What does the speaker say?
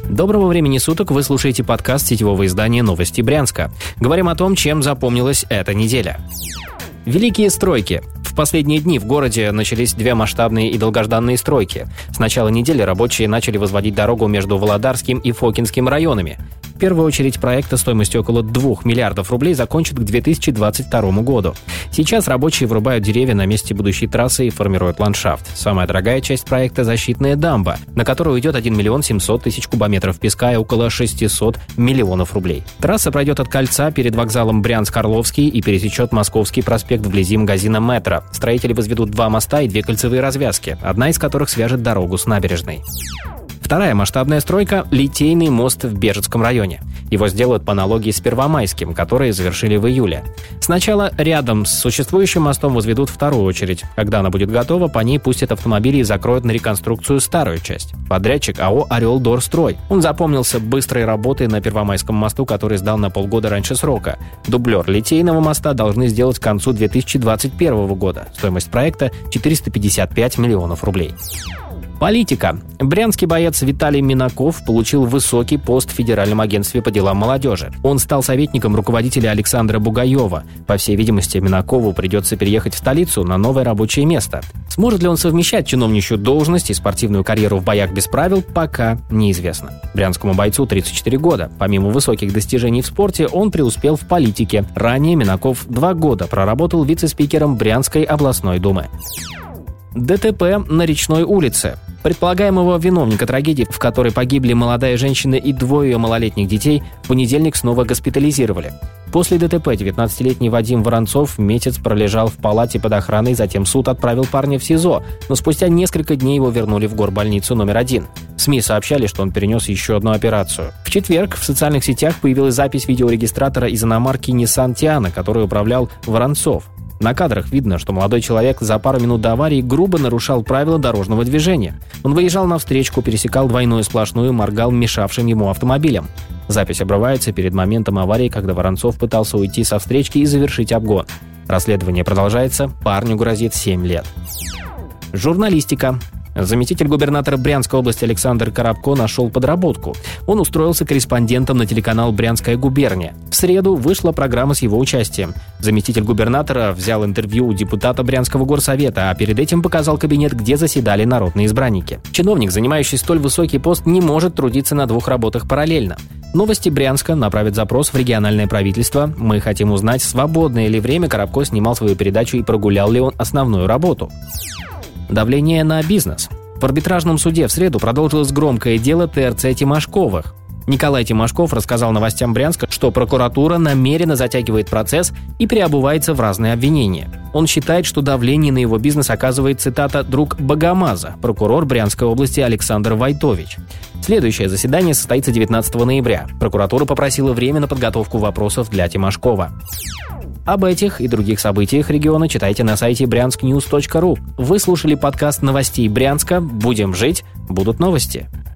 Доброго времени суток, вы слушаете подкаст сетевого издания «Новости Брянска». Говорим о том, чем запомнилась эта неделя. Великие стройки. В последние дни в городе начались две масштабные и долгожданные стройки. С начала недели рабочие начали возводить дорогу между Володарским и Фокинским районами. В первую очередь проекта стоимостью около 2 миллиардов рублей закончат к 2022 году. Сейчас рабочие вырубают деревья на месте будущей трассы и формируют ландшафт. Самая дорогая часть проекта – защитная дамба, на которую уйдет 1 миллион 700 тысяч кубометров песка и около 600 миллионов рублей. Трасса пройдет от кольца перед вокзалом Брянск-Орловский и пересечет Московский проспект вблизи магазина «Метро». Строители возведут 2 моста и 2 кольцевые развязки, одна из которых свяжет дорогу с набережной. Вторая масштабная стройка – Литейный мост в Бежецком районе. Его сделают по аналогии с Первомайским, который завершили в июле. Сначала рядом с существующим мостом возведут вторую очередь. Когда она будет готова, по ней пустят автомобили и закроют на реконструкцию старую часть. Подрядчик АО «Орел-Дорстрой». Он запомнился быстрой работой на Первомайском мосту, который сдал на полгода раньше срока. Дублер Литейного моста должны сделать к концу 2021 года. Стоимость проекта – 455 миллионов рублей. Политика. Брянский боец Виталий Минаков получил высокий пост в Федеральном агентстве по делам молодежи. Он стал советником руководителя Александра Бугаева. По всей видимости, Минакову придется переехать в столицу на новое рабочее место. Сможет ли он совмещать чиновничью должность и спортивную карьеру в боях без правил, пока неизвестно. Брянскому бойцу 34 года. Помимо высоких достижений в спорте, он преуспел в политике. Ранее Минаков 2 года проработал вице-спикером Брянской областной думы. ДТП на Речной улице. Предполагаемого виновника трагедии, в которой погибли молодая женщина и 2 ее малолетних детей, в понедельник снова госпитализировали. После ДТП 19-летний Вадим Воронцов месяц пролежал в палате под охраной, затем суд отправил парня в СИЗО, но спустя несколько дней его вернули в горбольницу номер 1. СМИ сообщали, что он перенес еще одну операцию. В четверг в социальных сетях появилась запись видеорегистратора из иномарки Nissan Tiana, которой управлял Воронцов. На кадрах видно, что молодой человек за пару минут до аварии грубо нарушал правила дорожного движения. Он выезжал на встречку, пересекал двойную сплошную и моргал мешавшим ему автомобилем. Запись обрывается перед моментом аварии, когда Воронцов пытался уйти со встречки и завершить обгон. Расследование продолжается, парню грозит 7 лет. Журналистика. Заместитель губернатора Брянской области Александр Коробко нашел подработку. Он устроился корреспондентом на телеканал «Брянская губерния». В среду вышла программа с его участием. Заместитель губернатора взял интервью у депутата Брянского горсовета, а перед этим показал кабинет, где заседали народные избранники. Чиновник, занимающий столь высокий пост, не может трудиться на 2 работах параллельно. Новости Брянска направят запрос в региональное правительство. Мы хотим узнать, свободное ли время Коробко снимал свою передачу и прогулял ли он основную работу. Давление на бизнес. В арбитражном суде в среду продолжилось громкое дело ТРЦ Тимошковых. Николай Тимошков рассказал новостям Брянска, что прокуратура намеренно затягивает процесс и переобувается в разные обвинения. Он считает, что давление на его бизнес оказывает, цитата, «друг Богомаза», прокурор Брянской области Александр Войтович. Следующее заседание состоится 19 ноября. Прокуратура попросила время на подготовку вопросов для Тимошкова. Об этих и других событиях региона читайте на сайте bryansknews.ru. Вы слушали подкаст новостей Брянска. Будем жить, будут новости.